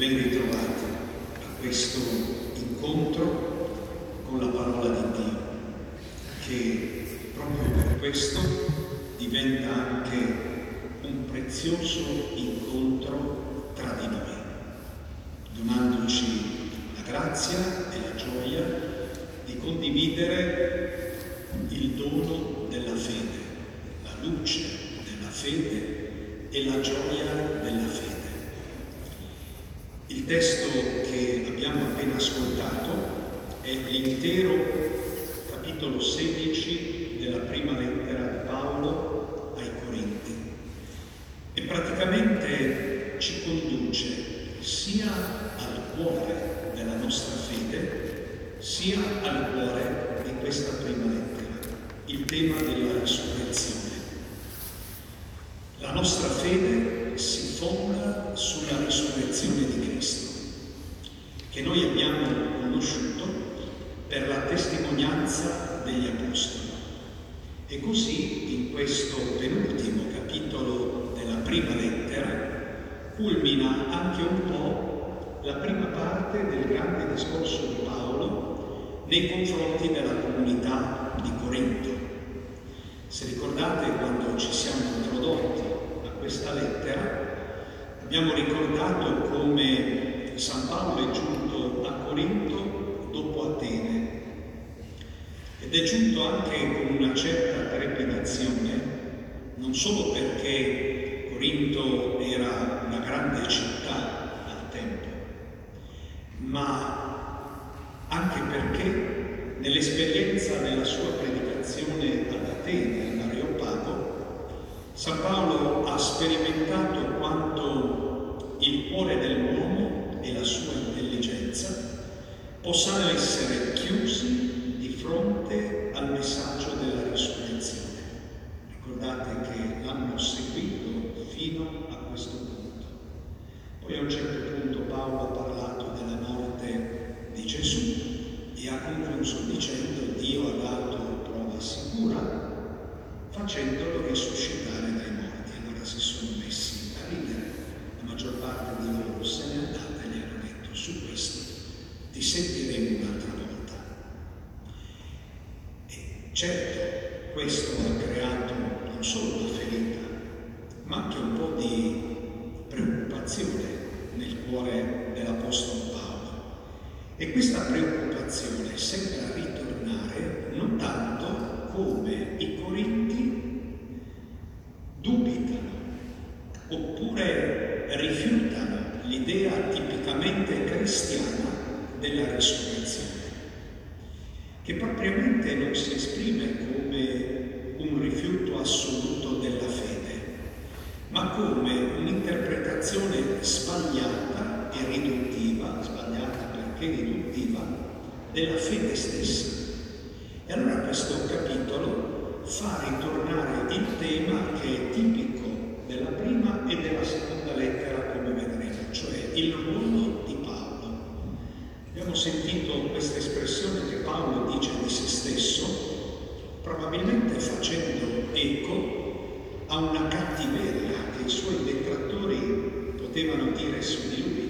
ben ritrovati a questo incontro con la parola di Dio, che proprio per questo diventa anche un prezioso incontro tra di noi, donandoci la grazia e la gioia di condividere il dono della fede, la luce della fede e la gioia della fede. Il testo che abbiamo appena ascoltato è l'intero capitolo 16 della prima lettera di Paolo ai Corinti e praticamente ci conduce sia al cuore della nostra fede sia al cuore di questa prima lettera, il tema della risurrezione. La nostra fede si fonda sulla risurrezione di Cristo, che noi abbiamo conosciuto per la testimonianza degli Apostoli. E così in questo penultimo capitolo della prima lettera culmina anche un po' la prima parte del grande discorso di Paolo nei confronti della comunità di Corinto. Se ricordate, quando ci siamo introdotti a questa lettera, abbiamo ricordato come San Paolo è giunto a Corinto dopo Atene ed è giunto anche con una certa trepidazione, non solo perché Corinto era una grande città al tempo, ma anche perché nell'esperienza della sua predicazione ad Atene, all'Areopago, San Paolo ha sperimentato quanto il cuore dell'uomo e la sua intelligenza possano essere chiusi di fronte al messaggio della risurrezione. Ricordate che l'hanno seguito fino a questo punto. Poi a un certo punto Paolo ha parlato della morte di Gesù e ha concluso dicendo: Dio ha dato prova sicura facendolo risuscitare dai morti. Allora si sono messi a ridere, la maggior parte di loro se n'è andata e gli hanno detto: su questo ti sentiremo un'altra volta. E certo, questo ha creato non solo una ferita, ma anche un po' di preoccupazione nel cuore dell'Apostolo Paolo. E questa preoccupazione sembra ritornare non tanto come i Corinti dubitano oppure rifiutano l'idea tipicamente cristiana della risurrezione, che propriamente non si esprime come un rifiuto assoluto della fede, ma come un'interpretazione sbagliata e riduttiva, sbagliata perché riduttiva, della fede stessa. E allora questo capitolo fa ritornare il tema che è tipico della prima e della seconda lettera, come vedremo, cioè il ruolo di Paolo. Abbiamo sentito questa espressione che Paolo dice di se stesso, probabilmente facendo eco a una cattiveria che i suoi detrattori potevano dire su di lui.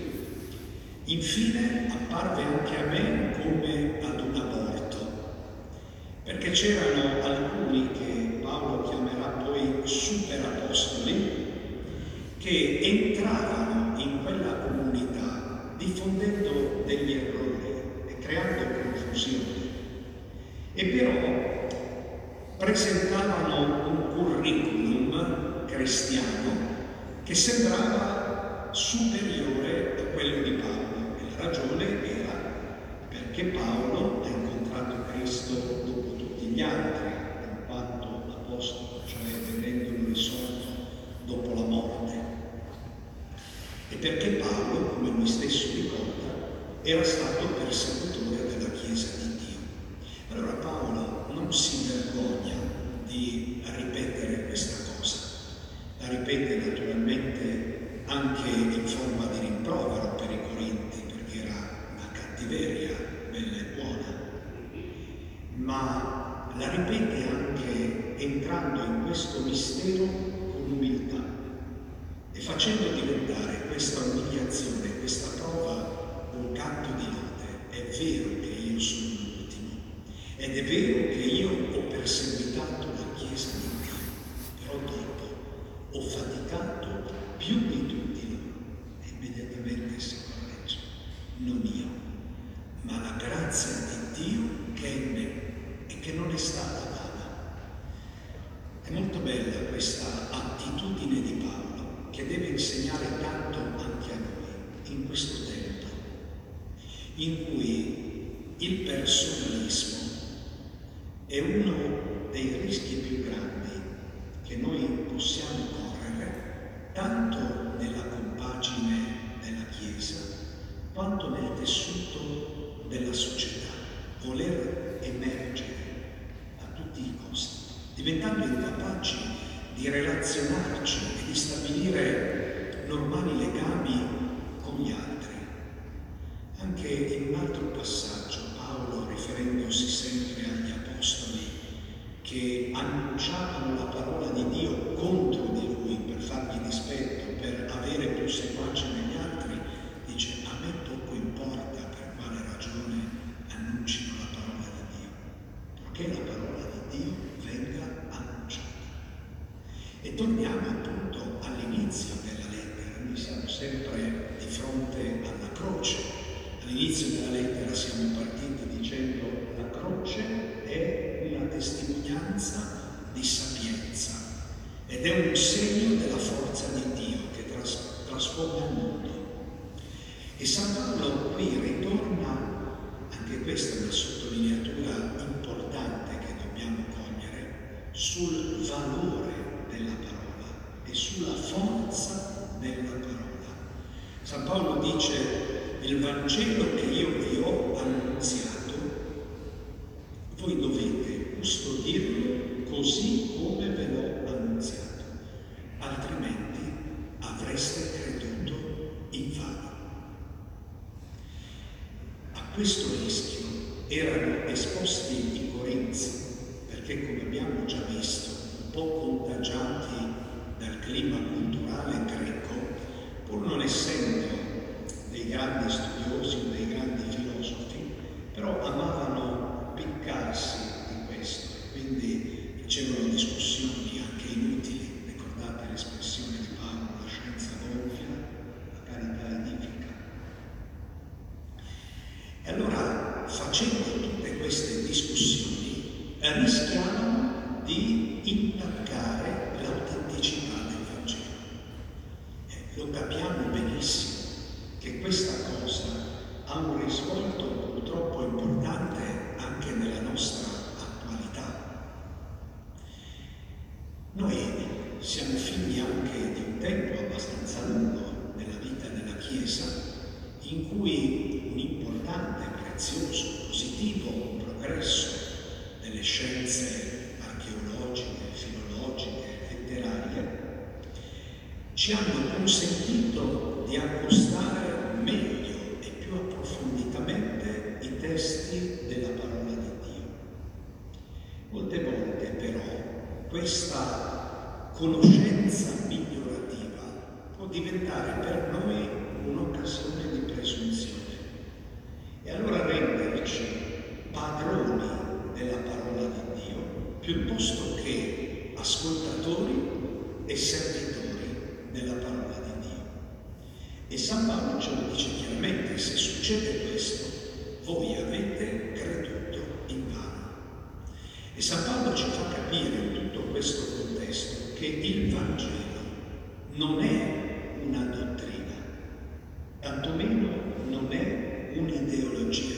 Infine apparve anche a me come ad un aborto, perché c'erano alcuni che Paolo chiamerà poi superapostoli, che entravano in quella comunità diffondendo degli errori e creando confusione, e però presentavano un curriculum cristiano che sembrava superiore a quello di Paolo. E la ragione era perché Paolo ha incontrato Cristo dopo tutti gli altri, in quanto apostolo, cioè vedendolo risorto dopo la morte. E perché Paolo, come lui stesso ricorda, era stato persecutore della Chiesa di Dio. Allora Paolo non si vergogna di ripetere questa cosa. La ripete naturalmente anche in forma di rimprovero per i Corinti, perché era una cattiveria bella e buona, ma la ripete anche entrando in questo mistero con umiltà e facendo diventare questa umiliazione, questa prova grazia di Dio che è in me e che non è stata vana. È molto bella questa attitudine di Paolo, che deve insegnare tanto anche a noi in questo tempo in cui il personalismo è uno dei rischi più grandi che noi possiamo correre, tanto nella compagine della Chiesa quanto nel tessuto della società. Voler emergere a tutti i costi, diventando incapaci di relazionarci e di stabilire normali legami con gli altri. Anche in un altro passaggio, Paolo, riferendosi sempre agli apostoli che annunciavano la parola di Dio contro di lui per fargli dispetto, per avere più seguaci negli altri, dice: a me poco importa per quale ragione annuncino la parola di Dio, perché la parola di Dio venga annunciata. E torniamo appunto all'inizio della lettera. Noi siamo sempre di fronte alla croce. All'inizio della lettera siamo partiti dicendo: la croce è una testimonianza di sapienza ed è un segno della forza di Dio che trasforma il mondo. E San Paolo qui ritorna, anche questa è una sottolineatura importante che dobbiamo cogliere, sul valore della parola e sulla forza della parola. San Paolo dice: il Vangelo che io vi ho annunziato, voi dovete custodirlo così come ve l'ho annunziato, altrimenti avreste creduto invano. A questo rischio erano esposti i Corinzi, perché, come abbiamo già visto, un po' contagiati dal clima culturale greco, pur non essendo dei grandi studiosi o dei grandi filosofi, però amavano piccarsi di questo, quindi facevano discussioni anche inutili. Ricordate l'espressione di Paolo: la scienza gonfia, la carità edifica. E allora, facendo tutte queste discussioni, rischiavano di intaccare l'autenticità del Vangelo. Lo capiamo benissimo che questa cosa ha un risvolto purtroppo importante anche nella nostra attualità. Noi siamo figli anche di un tempo abbastanza lungo nella vita della Chiesa, in cui un importante, prezioso, positivo progresso delle scienze archeologiche, filologiche, letterarie ci hanno consentito di accostare meglio e più approfonditamente i testi della parola di Dio. Molte volte però questa conoscenza migliorativa può diventare per noi un'occasione di presunzione e allora renderci padroni della parola di Dio piuttosto che ascoltatori e servitori della parola di Dio. E San Paolo ce lo dice chiaramente: se succede questo, voi avete creduto invano. E San Paolo ci fa capire in tutto questo contesto che il Vangelo non è una dottrina, tantomeno non è un'ideologia.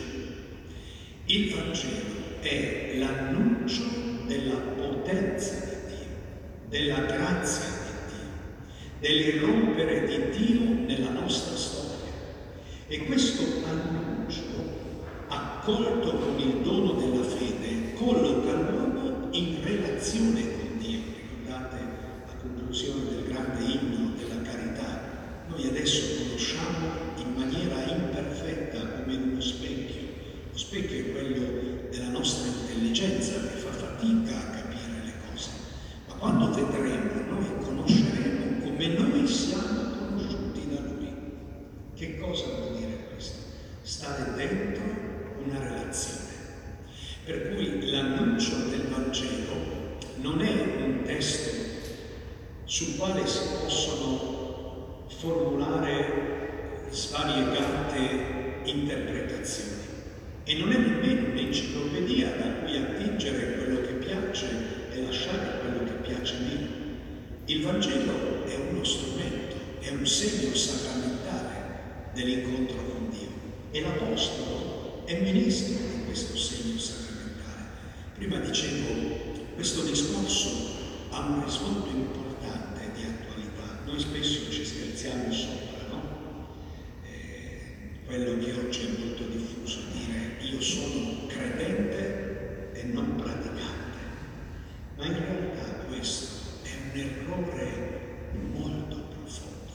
Il Vangelo è l'annuncio della potenza di Dio, della grazia di Dio, dell'irrompere di Dio nella nostra storia. E questo annuncio, accolto con il dono della fede, colloca l'uomo in relazione con Dio. Ricordate la conclusione del grande inno della carità? Noi adesso conosciamo in maniera imperfetta come in uno specchio. Lo specchio è quello della nostra intelligenza che fa fatica a capire le cose, ma quando vedremo noi conosceremo come noi siamo conosciuti da Lui. Che cosa vuol dire questo? Stare dentro una relazione. Per cui l'annuncio del Vangelo non è un testo sul quale si possono formulare svariegate interpretazioni. e non è nemmeno un'enciclopedia da cui attingere quello che piace e lasciare quello che piace meno. Il Vangelo è uno strumento, è un segno sacramentale dell'incontro con Dio e l'Apostolo è ministro di questo segno sacramentale. Prima dicevo, questo discorso ha un risvolto importante di attualità. Noi spesso ci scherziamo sopra, no? Quello che oggi è molto diffuso, dire io sono credente e non praticante. Ma in realtà questo è un errore molto profondo,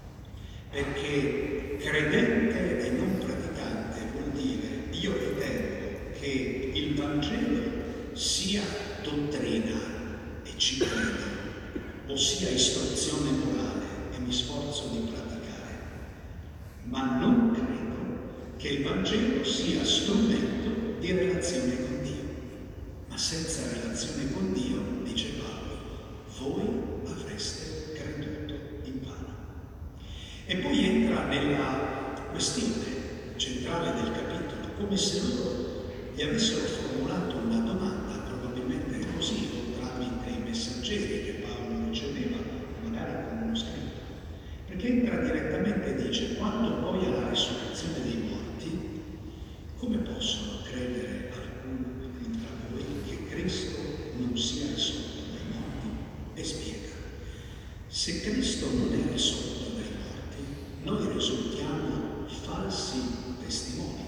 perché credente e non praticante vuol dire io ritengo che il Vangelo sia dottrina e ci credo, o sia istruzione morale e mi sforzo di praticare, ma non credo che il Vangelo sia strumento di relazione con Dio. Ma senza relazione con Dio, dice Paolo, voi avreste creduto in vano. E poi entra nella questione centrale del capitolo, come se loro gli avessero formulato una domanda, probabilmente così, o tramite i messaggeri che Paolo riceveva, magari con uno scritto. Perché entra direttamente e dice, quando poi alla risurrezione dei morti, come possono credere alcuni tra voi che Cristo non sia risorto dai morti? E spiega, se Cristo non è risorto dai morti, noi risultiamo falsi testimoni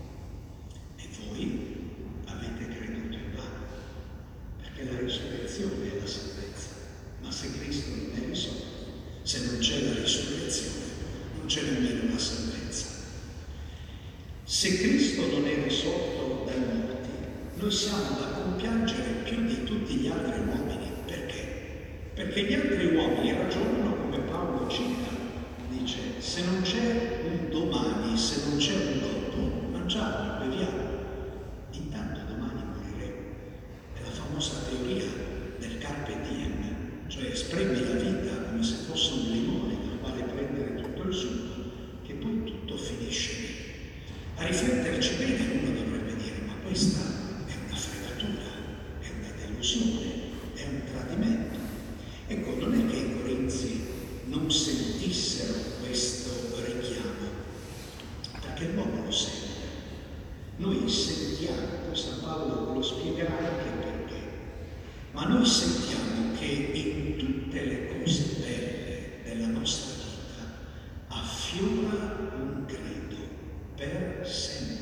e voi avete creduto in vano, perché la risurrezione è la salvezza, ma se Cristo non è risorto, se non c'è la risurrezione, non c'è nemmeno la salvezza. Se Cristo non è risorto dai morti, noi siamo da compiangere più di tutti gli altri uomini. Perché? Perché gli altri uomini ragionano come Paolo cita, dice, se non c'è un domani, se non c'è un dopo, mangiamo, beviamo, intanto domani moriremo. È la famosa teoria del carpe diem, cioè spremi la vita come se fosse un limone dal quale prendere tutto il succo, che poi tutto finisce lì. A rifletterci bene uno dovrebbe dire, ma questa è una fregatura, è una delusione, è un tradimento. Ecco, non è che i Corinzi non sentissero questo richiamo, perché l'uomo lo sente. Noi sentiamo, poi San Paolo lo spiegherà anche perché, ma noi sentiamo che in tutte le cose belle della nostra vita affiora un grido per sempre.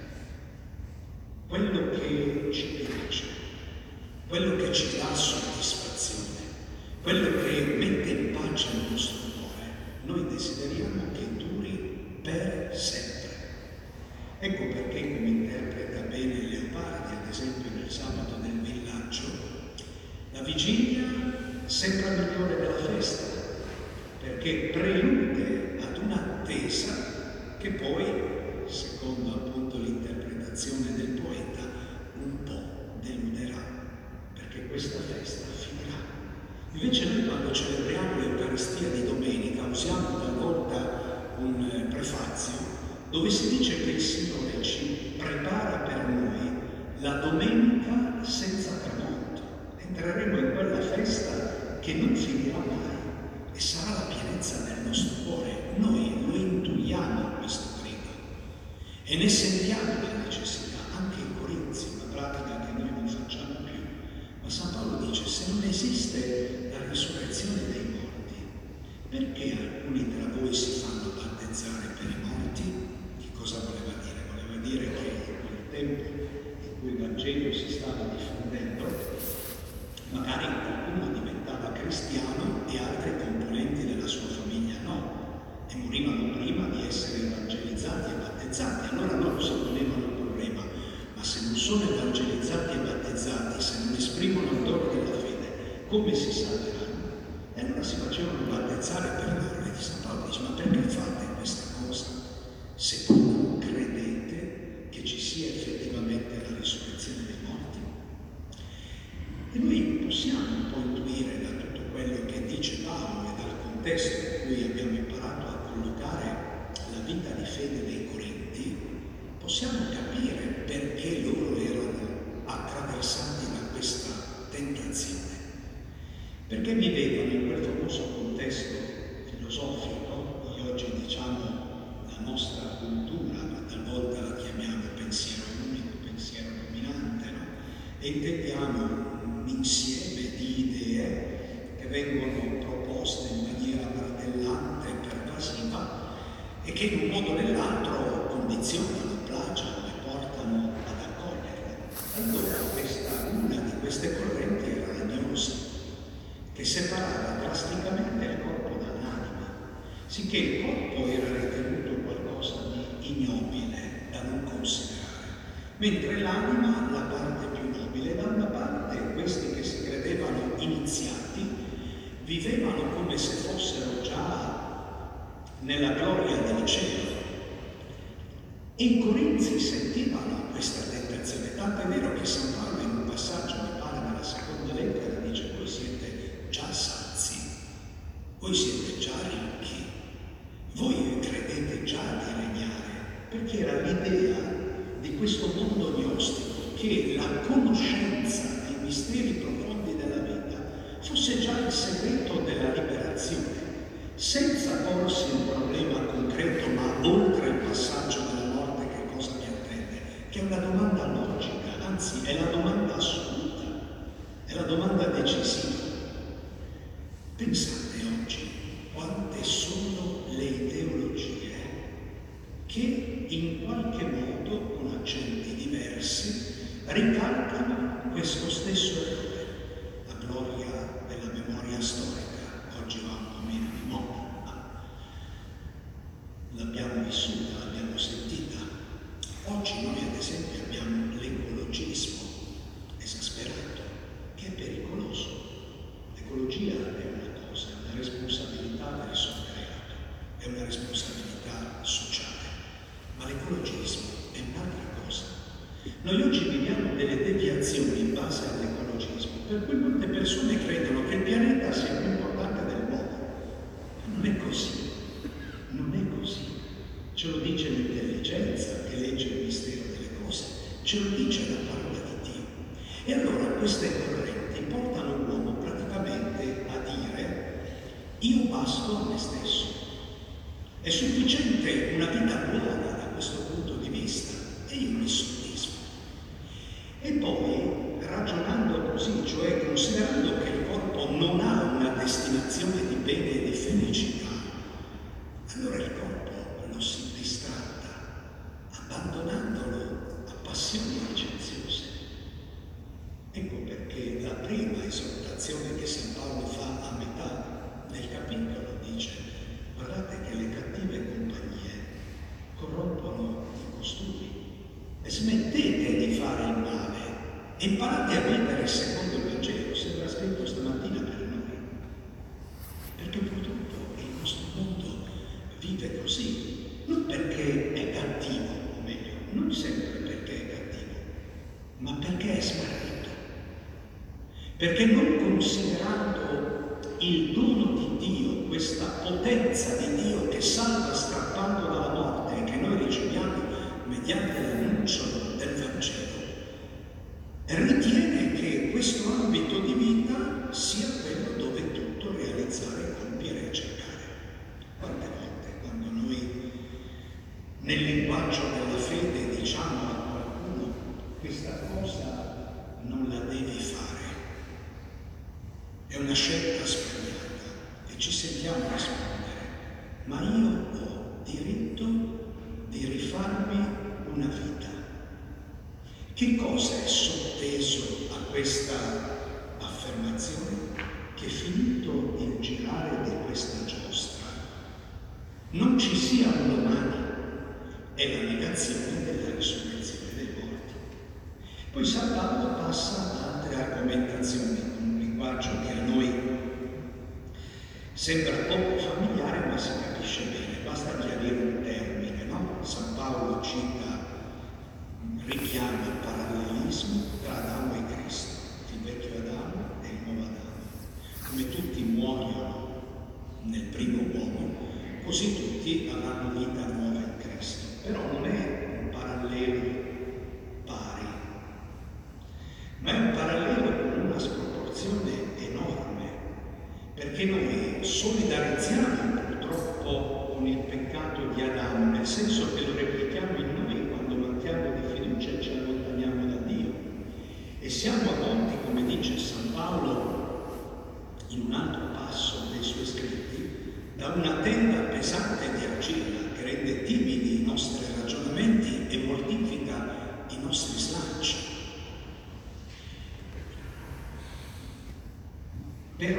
Quello che ci piace, quello che ci dà soddisfazione, quello che mette in pace il nostro cuore, noi desideriamo che duri per sempre. Ecco perché, come interpreta bene Leopardi, ad esempio nel sabato del villaggio, la vigilia sembra migliore della festa, perché prelude ad un'attesa che poi, secondo appunto l'interpretazione del poeta, un po' deluderà, perché questa festa finirà. Invece noi quando celebriamo l'Eucaristia di domenica usiamo talvolta un prefazio dove si dice che il Signore ci prepara per noi la domenica senza tramonto. Entreremo in quella festa che non finirà mai e sarà la pienezza del nostro cuore. Noi lo intuiamo questo grido e ne sentiamo la necessità, anche in Corinzi, una pratica che noi non facciamo più. Ma San Paolo dice, se non esiste la risurrezione dei morti, perché alcuni tra voi si fanno battezzare per i morti? Che cosa voleva dire? Voleva dire che in quel tempo in cui il Vangelo si stava diffondendo, magari qualcuno diventava cristiano e altri componenti della sua famiglia no, e morivano prima di essere evangelizzati e battezzati. Allora loro si ponevano il problema, ma se non sono evangelizzati e battezzati, se non esprimono il dono della fede, come si salveranno? E allora si facevano battezzare per loro. E San Paolo dice, ma perché fate questa cosa se voi non credete che ci sia effettivamente la risurrezione dei morti? E noi possiamo un po' intuire da tutto quello che dice Paolo e dal contesto in cui abbiamo imparato a collocare la vita di fede dei Corinti, possiamo capire perché vivevano in quel famoso contesto filosofico, noi oggi diciamo la nostra cultura, ma talvolta la chiamiamo pensiero unico, pensiero dominante, no? E intendiamo un insieme di idee che vengono proposte in maniera martellante e pervasiva e che in un modo o nell'altro condizionano, plagiano e portano ad accoglierle. Allora una di queste correnti era la gnosi, che separava drasticamente il corpo dall'anima, sicché il corpo era ritenuto qualcosa di ignobile da non considerare, mentre l'anima la parte più nobile. Da una parte questi che si credevano iniziati vivevano come se fossero già nella gloria del cielo, e i corinzi sentivano questa tentazione, tanto è vero che San Paolo in un passaggio, mi pare nella seconda lettera, dice: voi siete già sazi, voi siete già ricchi, voi credete già di regnare, perché era l'idea di questo mondo gnostico che la conoscenza dei misteri profondi della vita fosse già il segreto della liberazione, senza porsi un problema concreto, ma oltre il passaggio della morte che cosa mi attende, che è una domanda logica, anzi è la domanda assoluta, è la domanda decisiva. Pensate oggi quante sono le ideologie che in qualche modo, con accenti diversi, ricalcano questo stesso errore, la gloria della memoria storica. Oggi va un po' meno di moda, ma l'abbiamo vissuta, l'abbiamo sentita. Oggi noi ad esempio abbiamo l'ecologismo esasperato, che è pericoloso. L'ecologia è una cosa, è una responsabilità verso il creato, è una responsabilità sociale, ma l'ecologismo è un'altra cosa. Noi oggi viviamo delle deviazioni in base all'ecologismo, per cui molte persone credono che il pianeta sia più importante dell'uomo. Non è così, non è così. Ce lo dice l'intelligenza che legge il mistero delle cose, ce lo dice la parola di Dio. E allora queste correnti portano l'uomo praticamente a dire: io basto a me stesso, è sufficiente una vita buona da questo punto di vista e io mi soddisfo. E poi, ragionando così, cioè considerando che il corpo non ha una destinazione di bene e di felicità, allora il corpo lo si distratta, abbandonandolo a passioni licenziose. Ecco perché la prima esortazione che San Paolo fa a metà del capitolo dice: guardate che le cattive compagnie corrompono i costumi, e smettete di fare il male e imparate a vivere secondo il Vangelo. Sembra scritto stamattina per noi, perché purtroppo il nostro mondo vive così, non perché è cattivo, o meglio, non sempre perché è cattivo, ma perché è smarrito, perché non considerando il dono di Dio, questa potenza di Dio che salva strappando dalla morte e che noi riceviamo mediante l'annuncio del Vangelo, ritiene che questo ambito di vita sia quello dove tutto realizzare, compiere e cercare. Quante volte quando noi nel linguaggio della fede diciamo a qualcuno: questa cosa non la devi fare, è una scelta sbagliata, e ci sentiamo rispondere: ma io ho diritto di rifarmi una vita. Che cosa è sotteso a questa affermazione? Che finito il girare di questa giostra non ci sia un domani, è la negazione della risurrezione dei morti. Poi San Paolo passa ad altre argomentazioni con un linguaggio che a noi sembra poco familiare, ma si capisce bene, basta chiarire un termine, no? San Paolo richiama il parallelismo tra Adamo e Cristo, il vecchio Adamo e il nuovo Adamo. Come tutti muoiono nel primo uomo, così tutti avranno vita nuova in Cristo. Però non è un parallelo pari, ma è un parallelo con una sproporzione enorme. Però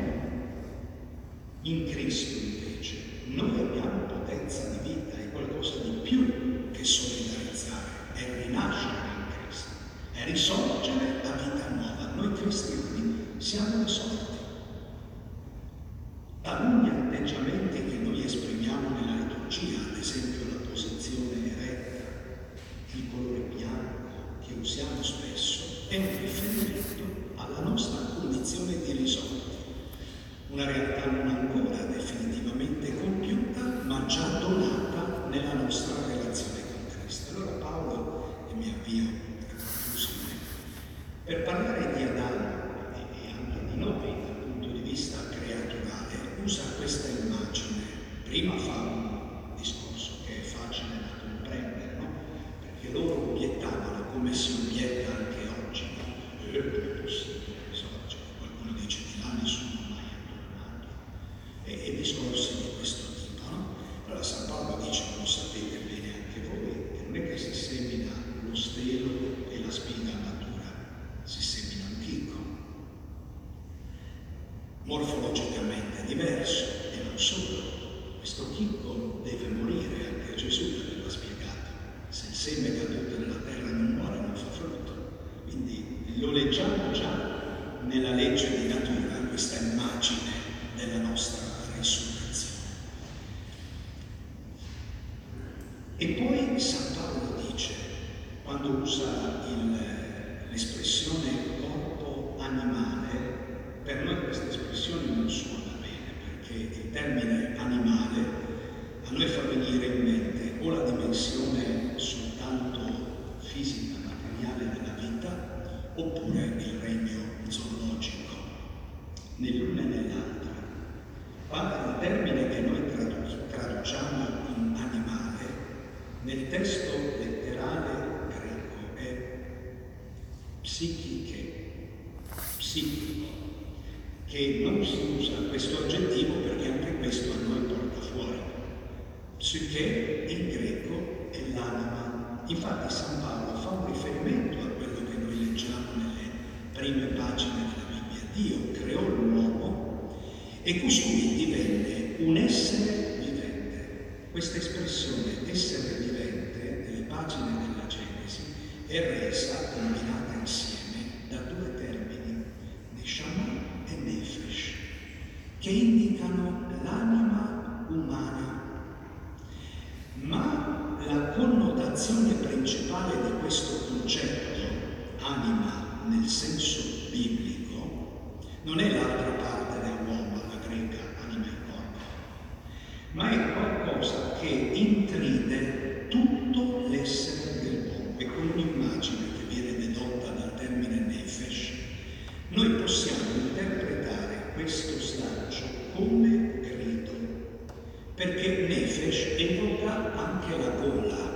in Cristo invece noi abbiamo potenza di vita, è qualcosa di più che solidarizzare, è rinascere in Cristo, è risorgere la vita nuova. Noi cristiani siamo risorti. Taluni atteggiamenti che noi esprimiamo nella liturgia, ad esempio la posizione eretta, il colore bianco che usiamo spesso, è un riferimento alla nostra condizione di risorti. Una realtà non ancora definitivamente compiuta, ma già donata nella nostra relazione con Cristo. Allora Paolo, e mi avvio a conclusione, per parlare di Adamo e anche di noi dal punto di vista creaturale, usa questa immagine. Prima fa un discorso che è facile da comprendere, no? Perché loro obiettavano come si obietta anche oggi, no? Non è possibile risorgere. Qualcuno dice di là nessuno mai è tornato. E discorsi di questo tipo, no? Allora San Paolo dice, lo sapete bene anche voi, che non è che si semina lo stelo e la spiga matura, si semina un chicco. Morfologicamente diverso, e non solo. Questo chicco deve morire, anche Gesù l'aveva spiegato. Se il seme caduto nella terra non muore, non fa frutto. Quindi lo leggiamo già nella legge di natura, questa immagine della nostra risurrezione. E poi San Paolo dice, quando usa l'espressione corpo animale, per noi questa espressione non suona bene, perché il termine animale a noi fa venire in mente o la dimensione soltanto fisica, materiale della vita, oppure il regno zoologico, nell'una e nell'altra. Quando il termine che noi traduciamo in animale, nel testo letterale greco è psichico, che non si usa questo aggettivo perché anche questo a noi porta fuori. Psiche in greco è l'anima. Infatti San Paolo fa un riferimento a quello che noi leggiamo nelle prime pagine della Bibbia. Dio creò l'uomo e costui divenne un essere vivente. Questa espressione essere vivente nelle pagine della Genesi è resa, combinata insieme, da due termini, neshama e nefesh, che indicano l'anima umana. Ma la connotazione principale di questo concetto, anima nel senso biblico, non è l'altra parte dell'uomo, la greca, anima e corpo, ma è qualcosa che intride tutto l'essere dell'uomo. E con un'immagine che viene dedotta dal termine nefesh, noi possiamo interpretare questo slancio come grido, perché nefesh evoca anche la gola.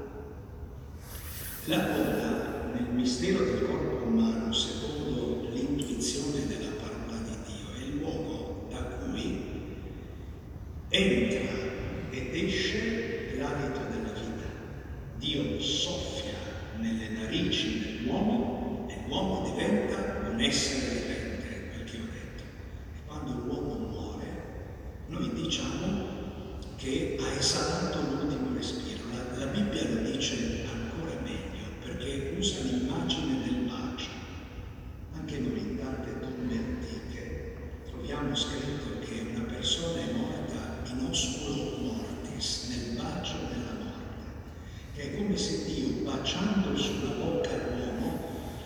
La gola, nel mistero del corpo umano, secondo l'intuizione della parola di Dio, è il luogo da cui entra ed esce l'alito della vita. Dio soffia nelle narici dell'uomo e l'uomo diventa un essere vivente, quel che ho detto. E quando l'uomo muore, noi diciamo che ha esalato l'ultimo respiro. La Bibbia lo dice ancora meglio, perché usa l'immagine del bacio. Anche noi in tante tombe antiche troviamo scritto che una persona è morta in osculo mortis, nel bacio della morte, che è come se Dio, baciando sulla bocca all'uomo,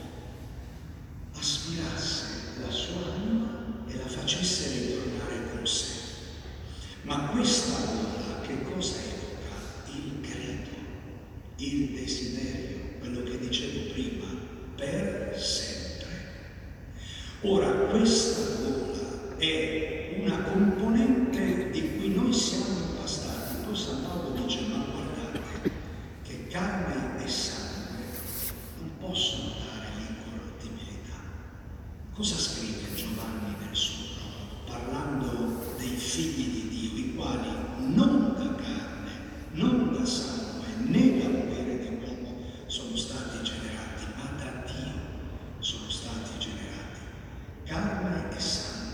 aspirasse la sua anima e la facesse ritornare con sé. Ma questa parola che cosa evoca? Il credo, il desiderio, quello che dicevo prima, per sempre. Ora, questa gola è una componente di cui noi siamo impastati. Poi San Paolo dice, ma guardate, che carne e sangue non possono dare l'incorruttibilità. Cosa scrive Giovanni nel suo prologo, parlando dei figli di Dio, i quali non da carne, non da sangue, né da volere di uomo sono stati generati, ma da Dio sono stati generati. Carne e sangue.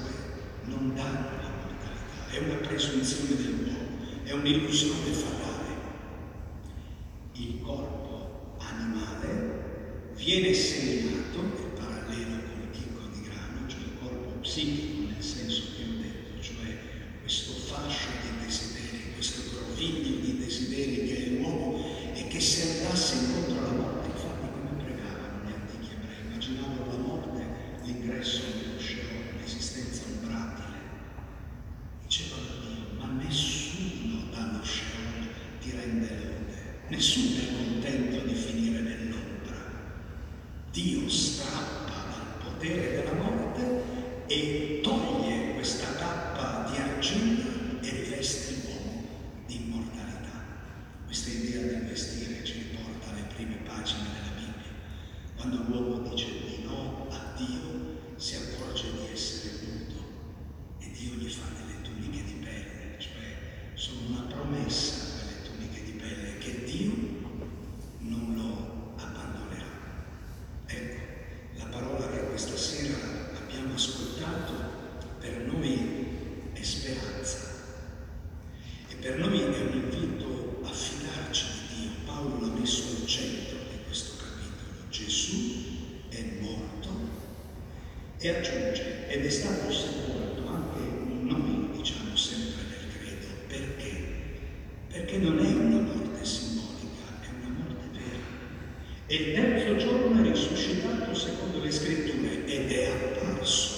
il corpo animale viene segnato, il parallelo col chicco di grano, cioè il corpo psichico nel senso che ho detto, cioè questo fascio di desideri, questo groviglio di desideri che è l'uomo e che se andasse incontro alla morte, infatti come pregavano gli antichi ebrei, immaginavano la morte, l'ingresso nello Sheol, l'esistenza umbrabile. Dicevano a Dio, ma nessuno dallo Sheol ti rende lode, nessuno è contento di finire nell'ombra. Dio strappa al potere della morte e toglie questa cappa di argilla e riveste l'uomo di immortalità. Questa idea di investire ci riporta alle prime pagine della Bibbia. Quando l'uomo dice di no a Dio, si accorge di essere nudo e Dio gli fa delle tuniche di pelle, cioè sono una promessa quelle tuniche di pelle che Dio non lo abbandonerà. Ecco, la parola che questa sera abbiamo ascoltato per noi è speranza e per noi è un invito a fidarci di Dio. Paolo l'ha messo al centro di questo capitolo. Gesù è morto e aggiunge, ed è stato sepolto, anche noi lo diciamo sempre nel credo, perché? Perché non è una morte simbolica, è una morte vera. E il terzo giorno è risuscitato secondo le scritture ed è apparso.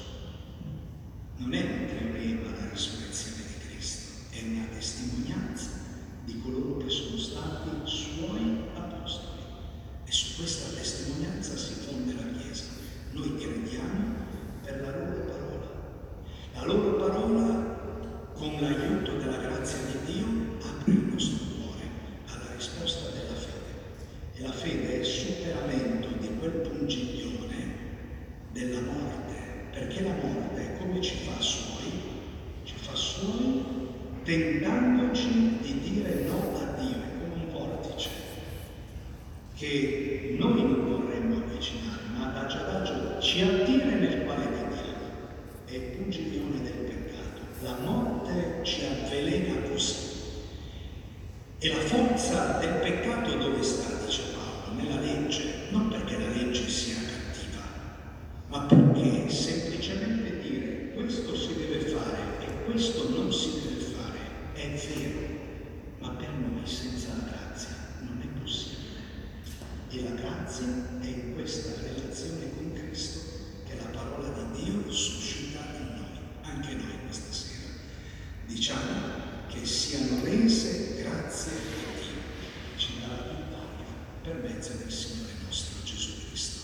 Non è un teorema la risurrezione di Cristo, è una testimonianza di coloro che sono stati suoi apostoli. E su questa testimonianza si fonde la Chiesa. Noi crediamo per la loro parola. La loro parola, con l'aiuto della grazia di Dio, apre il nostro cuore alla risposta della fede. E la fede è il superamento di quel pungiglione della morte, perché la morte, come ci fa suoi tentandoci di dire no a Dio, è come un vortice che noi non vorremmo avvicinare, ma adagio adagio ci attira nel quale cadiamo. È il pungiglione del peccato. La morte ci avvelena così. E la forza del peccato dove sta, dice Paolo? Nella legge, non perché la legge sia cattiva, ma perché semplicemente dire questo si deve fare e questo non si deve fare è vero, ma per noi senza la grazia non è possibile. E la grazia è in questa relazione con Cristo che la parola di Dio suscita in noi, anche noi questa sera. Diciamo che siano rese grazie a Dio che ci dà la vittoria per mezzo del Signore nostro Gesù Cristo.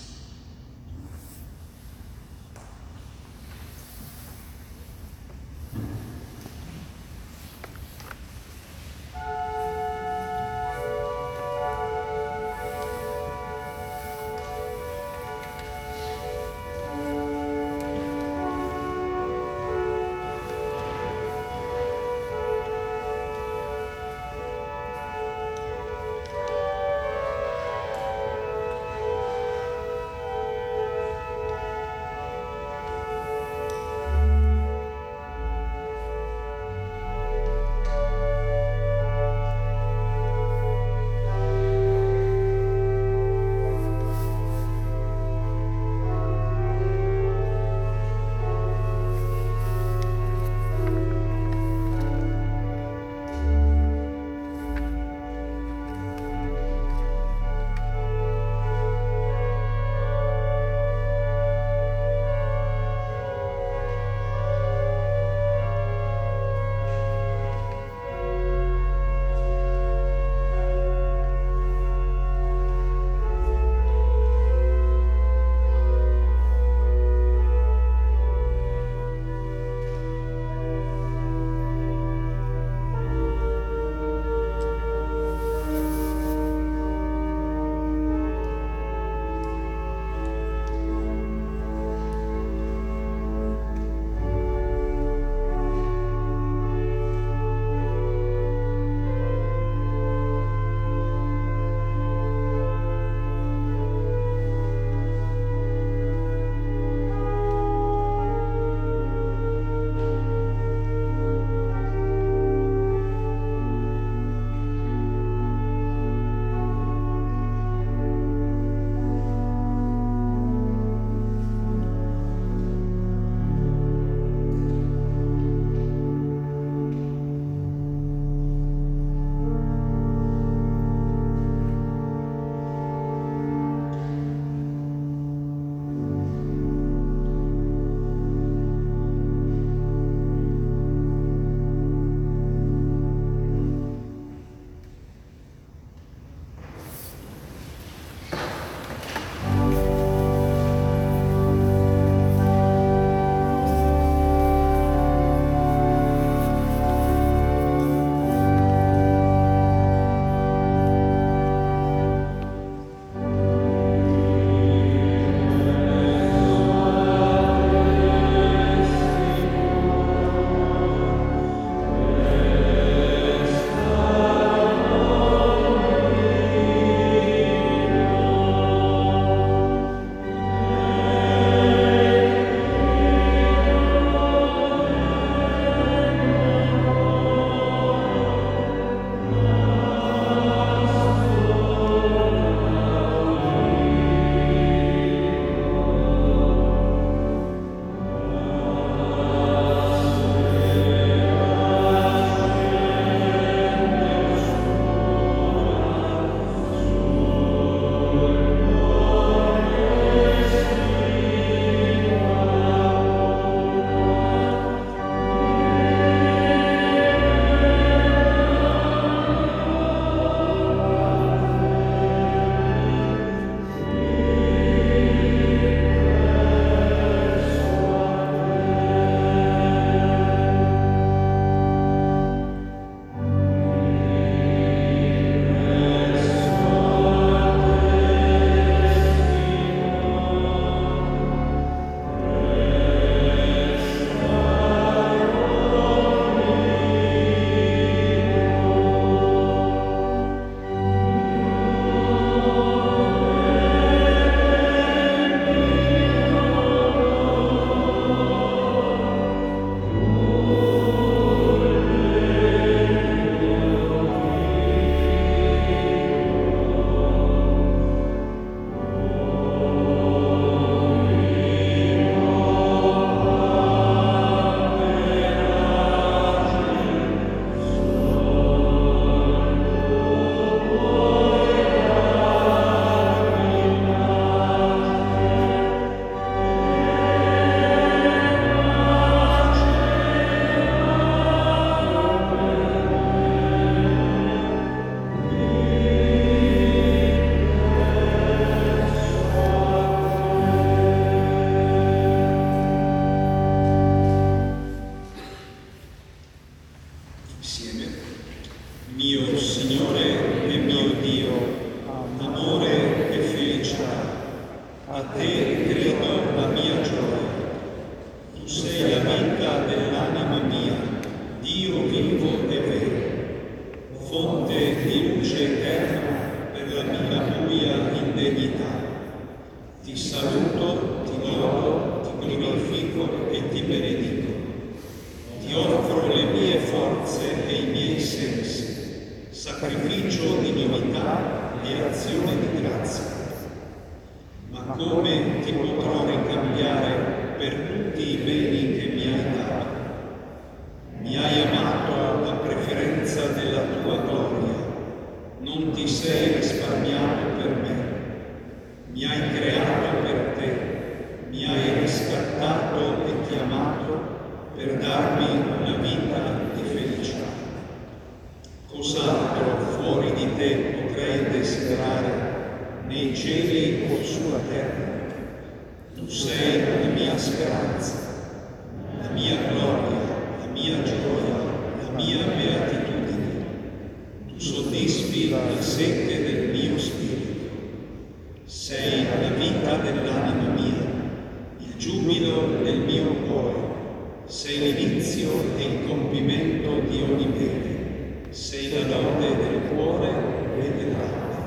a te grido la mia gioia. Tu sei la vita dell'anima mia, Dio vivo e vero, fonte di luce eterna per la mia buia indegnità. Ti saluto, ti lodo, ti glorifico e ti benedico. Ti offro le mie forze e i miei sensi, sacrificio di novità e azione di grazia. Ma come ti potrò ricambiare per tutti i beni che mi hai dato? Mi hai amato a preferenza della tua gloria, non ti sei risparmiato per me. Mi hai creato per te, mi hai riscattato e chiamato per darmi una vita di felicità. Cos'altro fuori di te potrei desiderare nei cieli o sulla terra? Tu sei la mia speranza, la mia gloria, la mia gioia, la mia beatitudine. Tu soddisfi la sete del mio spirito. Sei la vita dell'anima mia, il giubilo del mio cuore. Sei l'inizio e il compimento di ogni bene. Sei la lode del cuore e dell'anima.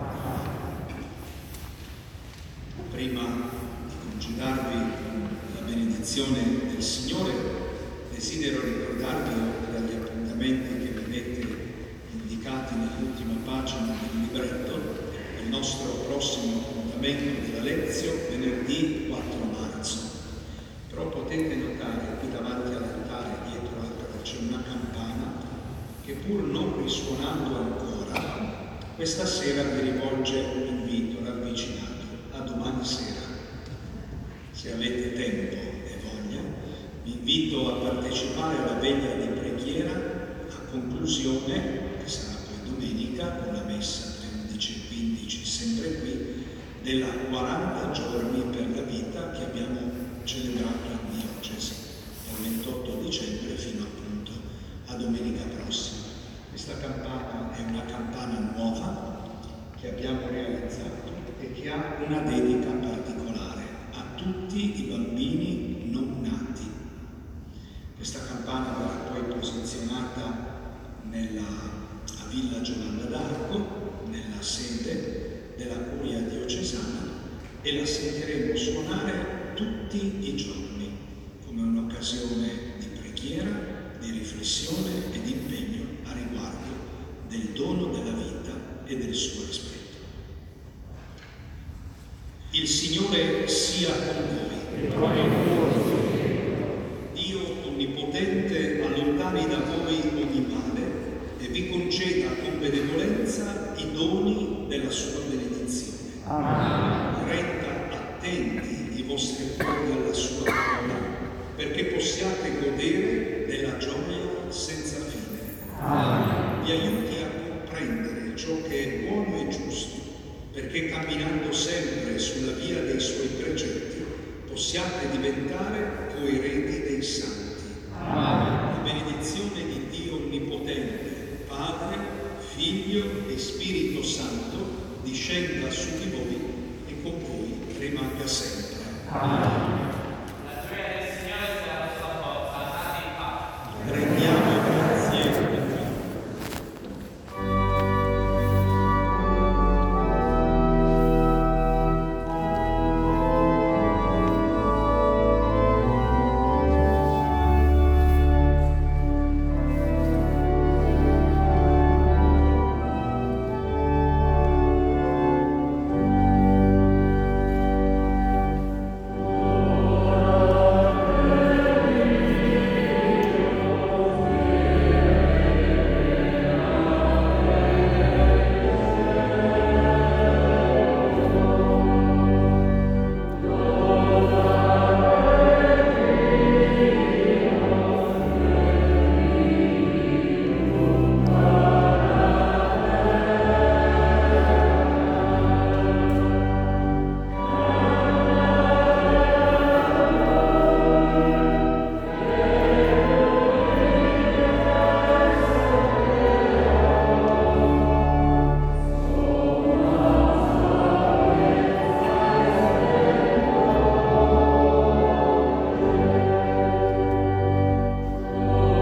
Prima di congedarvi la benedizione del Signore, desidero ricordarvi, oltre agli appuntamenti che vedete indicati nell'ultima pagina del libretto, il nostro prossimo appuntamento della lezione venerdì 4 marzo. Però potete notare qui davanti all'altare, dietro l'altare, c'è una campana che, pur non risuonando ancora, questa sera vi rivolge un invito ravvicinato a domani sera. Se avete tempo e voglia, vi invito a partecipare alla veglia di preghiera a conclusione, che sarà poi domenica, con la messa alle 11:15, sempre qui, della 40 giorni per la vita che abbiamo celebrato in diocesi, dal 28 dicembre fino appunto a domenica prossima. Questa campana è una campana nuova che abbiamo realizzato e che ha una dedica particolare a tutti i bambini non nati. Questa campana verrà poi posizionata a Villa Giovanna d'Arco, nella sede della Curia diocesana, e la sentiremo suonare tutti i giorni come un'occasione di preghiera, di riflessione e di impegno a riguardo del dono della vita e del suo rispetto. Il Signore sia con voi. Dio Onnipotente allontani da voi ogni male e vi conceda con benevolenza i doni della sua benedizione. Amen. Renda attenti i vostri cuori alla sua parola, perché possiate godere della gioia senza fine. Amen. Vi aiuti a comprendere ciò che è buono e giusto, perché camminando sempre sulla via dei suoi precetti possiate diventare coerenti dei santi. Amen. La benedizione di Dio Onnipotente, Padre, Figlio e Spirito Santo discenda su di voi e con voi rimanga sempre. Amen.